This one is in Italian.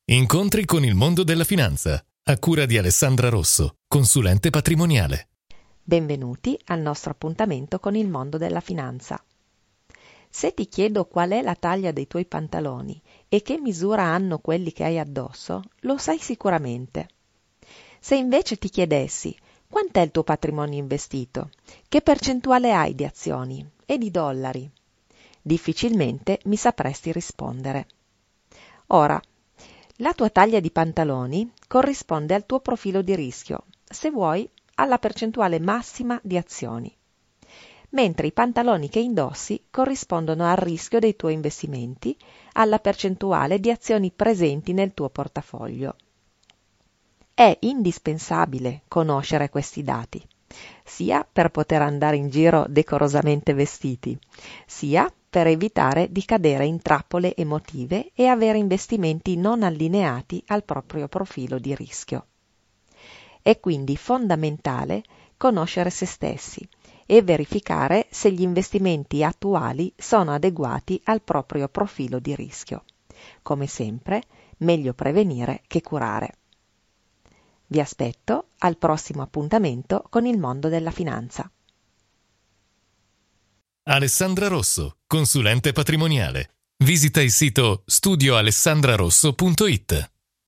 Incontri con il mondo della finanza, a cura di Alessandra Rosso, consulente patrimoniale. Benvenuti al nostro appuntamento con il mondo della finanza. Se ti chiedo qual è la taglia dei tuoi pantaloni e che misura hanno quelli che hai addosso, lo sai sicuramente. Se invece ti chiedessi quant'è il tuo patrimonio investito, che percentuale hai di azioni e di dollari, difficilmente mi sapresti rispondere. Ora, la tua taglia di pantaloni corrisponde al tuo profilo di rischio, se vuoi alla percentuale massima di azioni, mentre i pantaloni che indossi corrispondono al rischio dei tuoi investimenti, alla percentuale di azioni presenti nel tuo portafoglio. È indispensabile conoscere questi dati, sia per poter andare in giro decorosamente vestiti, sia per evitare di cadere in trappole emotive e avere investimenti non allineati al proprio profilo di rischio. È quindi fondamentale conoscere se stessi e verificare se gli investimenti attuali sono adeguati al proprio profilo di rischio. Come sempre, meglio prevenire che curare. Vi aspetto al prossimo appuntamento con il mondo della finanza. Alessandra Rosso, consulente patrimoniale. Visita il sito studioalessandrarosso.it.